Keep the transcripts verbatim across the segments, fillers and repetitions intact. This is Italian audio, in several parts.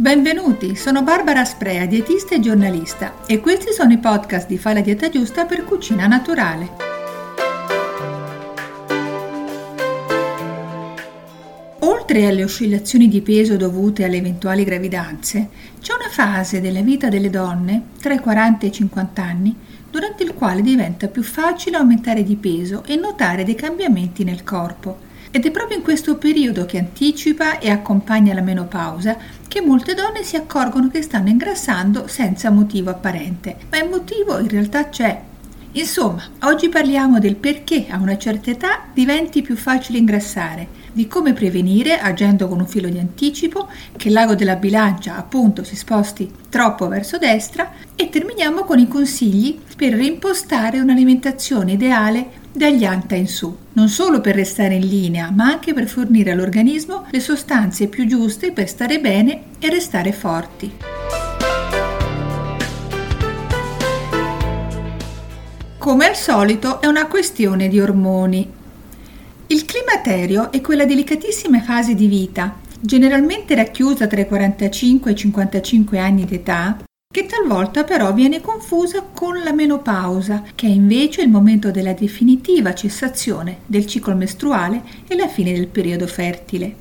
Benvenuti, sono Barbara Sprea, dietista e giornalista, e questi sono i podcast di Fai la dieta giusta per cucina naturale. Oltre alle oscillazioni di peso dovute alle eventuali gravidanze, c'è una fase della vita delle donne, tra i quaranta e i cinquanta anni, durante il quale diventa più facile aumentare di peso e notare dei cambiamenti nel corpo. Ed è proprio in questo periodo che anticipa e accompagna la menopausa che molte donne si accorgono che stanno ingrassando senza motivo apparente, ma il motivo in realtà c'è. Insomma, oggi parliamo del perché a una certa età diventi più facile ingrassare, di come prevenire agendo con un filo di anticipo, che l'ago della bilancia appunto si sposti troppo verso destra, e terminiamo con i consigli per reimpostare un'alimentazione ideale dagli anta in su, non solo per restare in linea, ma anche per fornire all'organismo le sostanze più giuste per stare bene e restare forti. Come al solito è una questione di ormoni. Il climaterio è quella delicatissima fase di vita, generalmente racchiusa tra i quarantacinque e i cinquantacinque anni d'età, che talvolta però viene confusa con la menopausa, che è invece il momento della definitiva cessazione del ciclo mestruale e la fine del periodo fertile.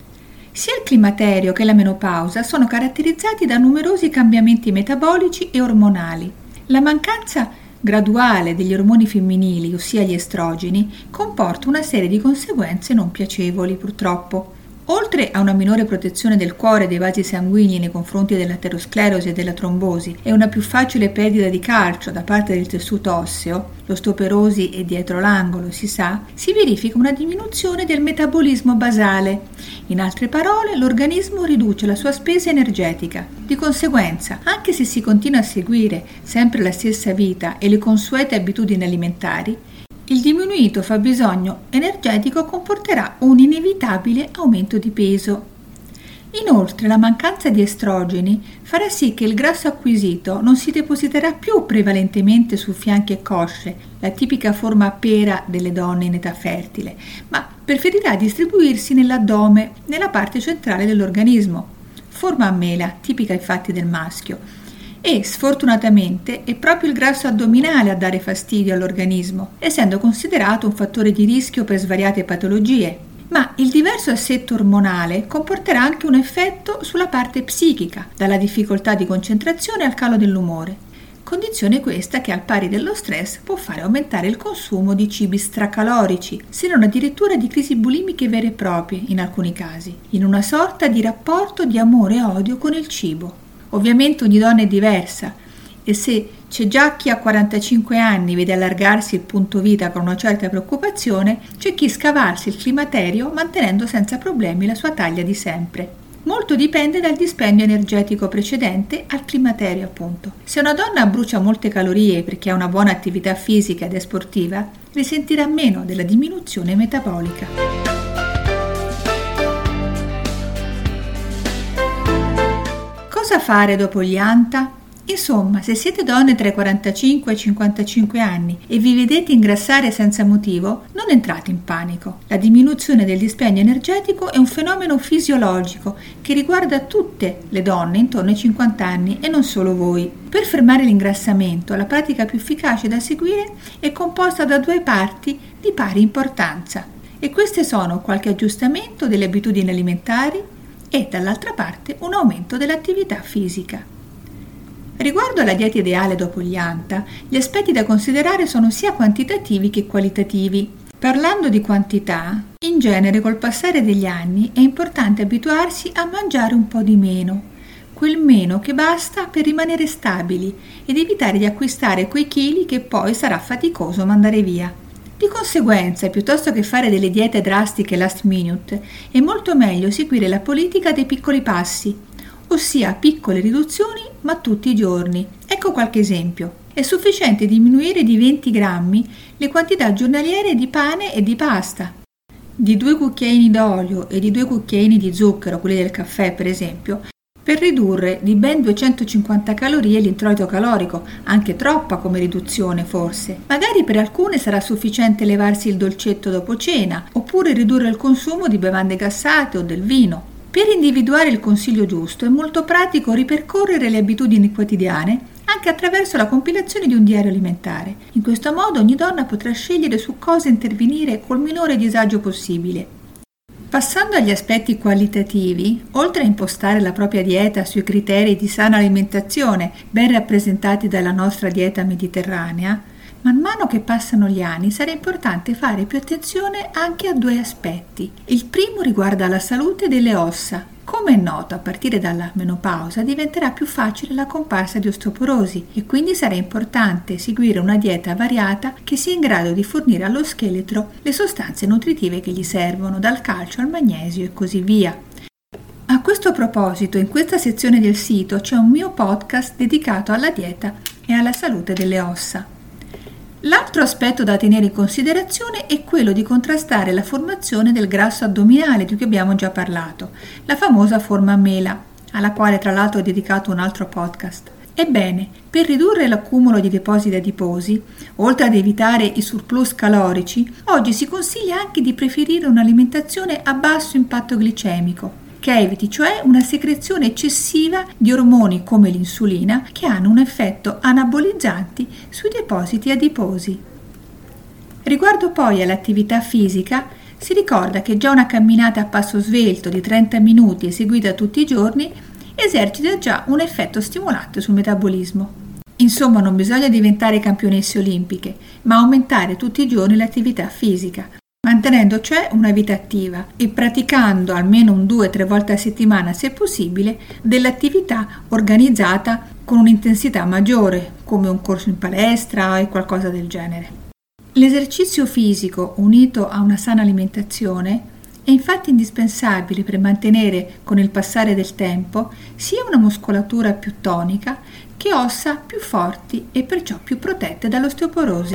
Sia il climaterio che la menopausa sono caratterizzati da numerosi cambiamenti metabolici e ormonali. La mancanza graduale degli ormoni femminili, ossia gli estrogeni, comporta una serie di conseguenze non piacevoli, purtroppo. Oltre a una minore protezione del cuore e dei vasi sanguigni nei confronti dell'aterosclerosi e della trombosi e una più facile perdita di calcio da parte del tessuto osseo, l'osteoporosi è dietro l'angolo, si sa, si verifica una diminuzione del metabolismo basale. In altre parole, l'organismo riduce la sua spesa energetica. Di conseguenza, anche se si continua a seguire sempre la stessa vita e le consuete abitudini alimentari, il diminuito fabbisogno energetico comporterà un inevitabile aumento di peso. Inoltre, la mancanza di estrogeni farà sì che il grasso acquisito non si depositerà più prevalentemente su fianchi e cosce, la tipica forma a pera delle donne in età fertile, ma preferirà distribuirsi nell'addome, nella parte centrale dell'organismo, forma a mela, tipica infatti del maschio. E sfortunatamente è proprio il grasso addominale a dare fastidio all'organismo, essendo considerato un fattore di rischio per svariate patologie. Ma il diverso assetto ormonale comporterà anche un effetto sulla parte psichica, dalla difficoltà di concentrazione al calo dell'umore. Condizione questa che al pari dello stress può fare aumentare il consumo di cibi stracalorici, se non addirittura di crisi bulimiche vere e proprie in alcuni casi, in una sorta di rapporto di amore e odio con il cibo. Ovviamente ogni donna è diversa e se c'è già chi a quarantacinque anni vede allargarsi il punto vita con una certa preoccupazione, c'è chi scavalsa il climaterio mantenendo senza problemi la sua taglia di sempre. Molto dipende dal dispendio energetico precedente al climaterio, appunto. Se una donna brucia molte calorie perché ha una buona attività fisica ed è sportiva, risentirà meno della diminuzione metabolica. Cosa fare dopo gli anta? Insomma, se siete donne tra i quarantacinque e i cinquantacinque anni e vi vedete ingrassare senza motivo, non entrate in panico. La diminuzione del dispendio energetico è un fenomeno fisiologico che riguarda tutte le donne intorno ai cinquanta anni e non solo voi. Per fermare l'ingrassamento, la pratica più efficace da seguire è composta da due parti di pari importanza, e queste sono qualche aggiustamento delle abitudini alimentari e dall'altra parte un aumento dell'attività fisica. Riguardo alla dieta ideale dopo gli anta, gli aspetti da considerare sono sia quantitativi che qualitativi. Parlando di quantità, in genere col passare degli anni è importante abituarsi a mangiare un po' di meno, quel meno che basta per rimanere stabili ed evitare di acquistare quei chili che poi sarà faticoso mandare via. Di conseguenza, piuttosto che fare delle diete drastiche last minute, è molto meglio seguire la politica dei piccoli passi, ossia piccole riduzioni ma tutti i giorni. Ecco qualche esempio. È sufficiente diminuire di venti grammi le quantità giornaliere di pane e di pasta, di due cucchiaini d'olio e di due cucchiaini di zucchero, quelli del caffè per esempio, per ridurre di ben duecentocinquanta calorie l'introito calorico, anche troppa come riduzione forse. Magari per alcune sarà sufficiente levarsi il dolcetto dopo cena, oppure ridurre il consumo di bevande gassate o del vino. Per individuare il consiglio giusto è molto pratico ripercorrere le abitudini quotidiane anche attraverso la compilazione di un diario alimentare. In questo modo ogni donna potrà scegliere su cosa intervenire col minore disagio possibile. Passando agli aspetti qualitativi, oltre a impostare la propria dieta sui criteri di sana alimentazione ben rappresentati dalla nostra dieta mediterranea, man mano che passano gli anni sarà importante fare più attenzione anche a due aspetti. Il primo riguarda la salute delle ossa. Come è noto, a partire dalla menopausa diventerà più facile la comparsa di osteoporosi e quindi sarà importante seguire una dieta variata che sia in grado di fornire allo scheletro le sostanze nutritive che gli servono, dal calcio al magnesio e così via. A questo proposito, in questa sezione del sito c'è un mio podcast dedicato alla dieta e alla salute delle ossa. L'altro aspetto da tenere in considerazione è quello di contrastare la formazione del grasso addominale di cui abbiamo già parlato, la famosa forma a mela, alla quale tra l'altro ho dedicato un altro podcast. Ebbene, per ridurre l'accumulo di depositi adiposi, oltre ad evitare i surplus calorici, oggi si consiglia anche di preferire un'alimentazione a basso impatto glicemico, che eviti cioè una secrezione eccessiva di ormoni come l'insulina che hanno un effetto anabolizzanti sui depositi adiposi. Riguardo poi all'attività fisica, si ricorda che già una camminata a passo svelto di trenta minuti eseguita tutti i giorni esercita già un effetto stimolante sul metabolismo. Insomma, non bisogna diventare campionesse olimpiche, ma aumentare tutti i giorni l'attività fisica, mantenendo cioè una vita attiva e praticando almeno un due tre volte a settimana, se possibile, dell'attività organizzata con un'intensità maggiore, come un corso in palestra e qualcosa del genere. L'esercizio fisico, unito a una sana alimentazione, è infatti indispensabile per mantenere, con il passare del tempo, sia una muscolatura più tonica che ossa più forti e perciò più protette dall'osteoporosi.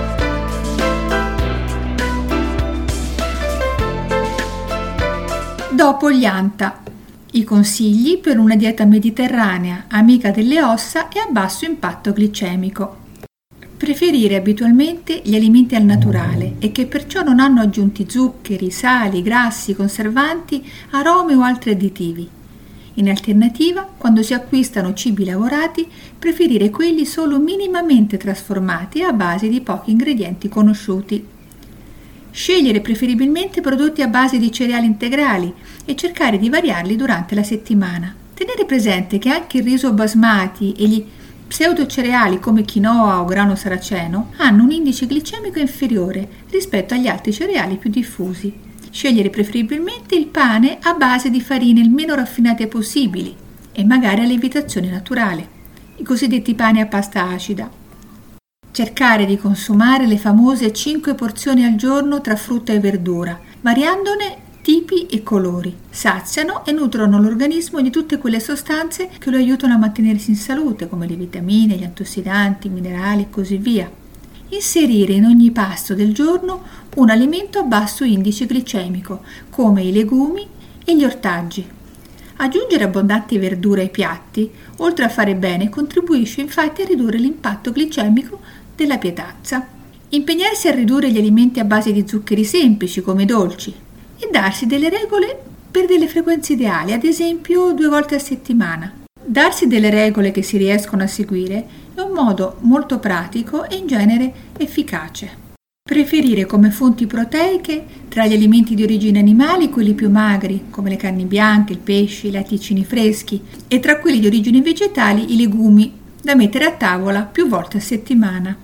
Dopo gli A N T A, i consigli per una dieta mediterranea, amica delle ossa e a basso impatto glicemico. Preferire abitualmente gli alimenti al naturale e che perciò non hanno aggiunti zuccheri, sali, grassi, conservanti, aromi o altri additivi. In alternativa, quando si acquistano cibi lavorati, preferire quelli solo minimamente trasformati a base di pochi ingredienti conosciuti. Scegliere preferibilmente prodotti a base di cereali integrali e cercare di variarli durante la settimana. Tenere presente che anche il riso basmati e gli pseudocereali come quinoa o grano saraceno hanno un indice glicemico inferiore rispetto agli altri cereali più diffusi. Scegliere preferibilmente il pane a base di farine il meno raffinate possibili e magari a lievitazione naturale, i cosiddetti pani a pasta acida. Cercare di consumare le famose cinque porzioni al giorno tra frutta e verdura, variandone tipi e colori. Saziano e nutrono l'organismo di tutte quelle sostanze che lo aiutano a mantenersi in salute, come le vitamine, gli antiossidanti, i minerali e così via. Inserire in ogni pasto del giorno un alimento a basso indice glicemico, come i legumi e gli ortaggi. Aggiungere abbondanti verdure ai piatti, oltre a fare bene, contribuisce infatti a ridurre l'impatto glicemico della pietanza. Impegnarsi a ridurre gli alimenti a base di zuccheri semplici come i dolci e darsi delle regole per delle frequenze ideali, ad esempio due volte a settimana. Darsi delle regole che si riescono a seguire è un modo molto pratico e in genere efficace. Preferire come fonti proteiche tra gli alimenti di origine animale quelli più magri, come le carni bianche, il pesce, i latticini freschi, e tra quelli di origine vegetali i legumi, da mettere a tavola più volte a settimana.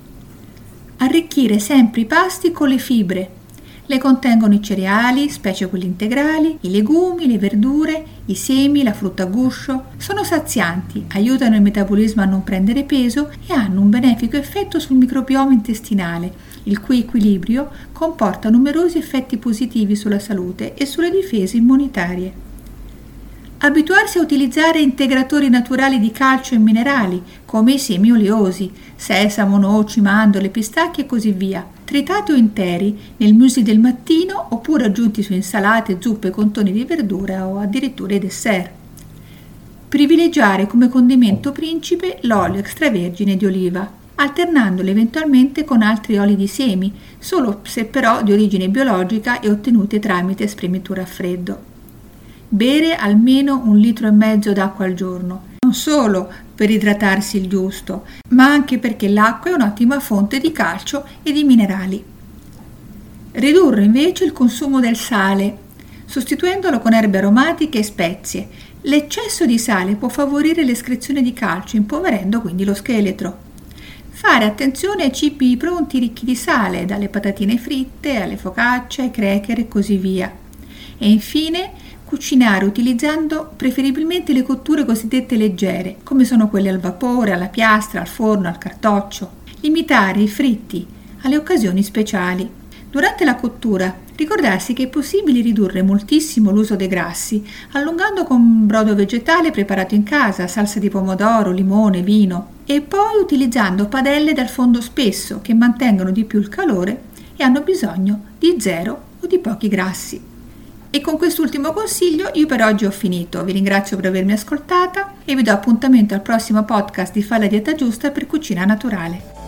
Arricchire sempre i pasti con le fibre. Le contengono i cereali, specie quelli integrali, i legumi, le verdure, i semi, la frutta a guscio. Sono sazianti, aiutano il metabolismo a non prendere peso e hanno un benefico effetto sul microbioma intestinale, il cui equilibrio comporta numerosi effetti positivi sulla salute e sulle difese immunitarie. Abituarsi a utilizzare integratori naturali di calcio e minerali, come i semi oleosi, sesamo, noci, mandorle, pistacchi e così via, tritati o interi nel muesli del mattino oppure aggiunti su insalate, zuppe con toni di verdura o addirittura i dessert. Privilegiare come condimento principe l'olio extravergine di oliva, alternandolo eventualmente con altri oli di semi, solo se però di origine biologica e ottenute tramite spremitura a freddo. bere almeno un litro e mezzo d'acqua al giorno, non solo per idratarsi il giusto, ma anche perché l'acqua è un'ottima fonte di calcio e di minerali. Ridurre invece il consumo del sale, sostituendolo con erbe aromatiche e spezie. L'eccesso di sale può favorire l'escrezione di calcio, impoverendo quindi lo scheletro. Fare attenzione ai cibi pronti ricchi di sale, dalle patatine fritte alle focacce, ai cracker e così via. E infine cucinare utilizzando preferibilmente le cotture cosiddette leggere, come sono quelle al vapore, alla piastra, al forno, al cartoccio. Limitare i fritti alle occasioni speciali. Durante la cottura ricordarsi che è possibile ridurre moltissimo l'uso dei grassi, allungando con brodo vegetale preparato in casa, salsa di pomodoro, limone, vino, e poi utilizzando padelle dal fondo spesso che mantengono di più il calore e hanno bisogno di zero o di pochi grassi. E con quest'ultimo consiglio io per oggi ho finito. Vi ringrazio per avermi ascoltata e vi do appuntamento al prossimo podcast di Fa la dieta giusta per cucina naturale.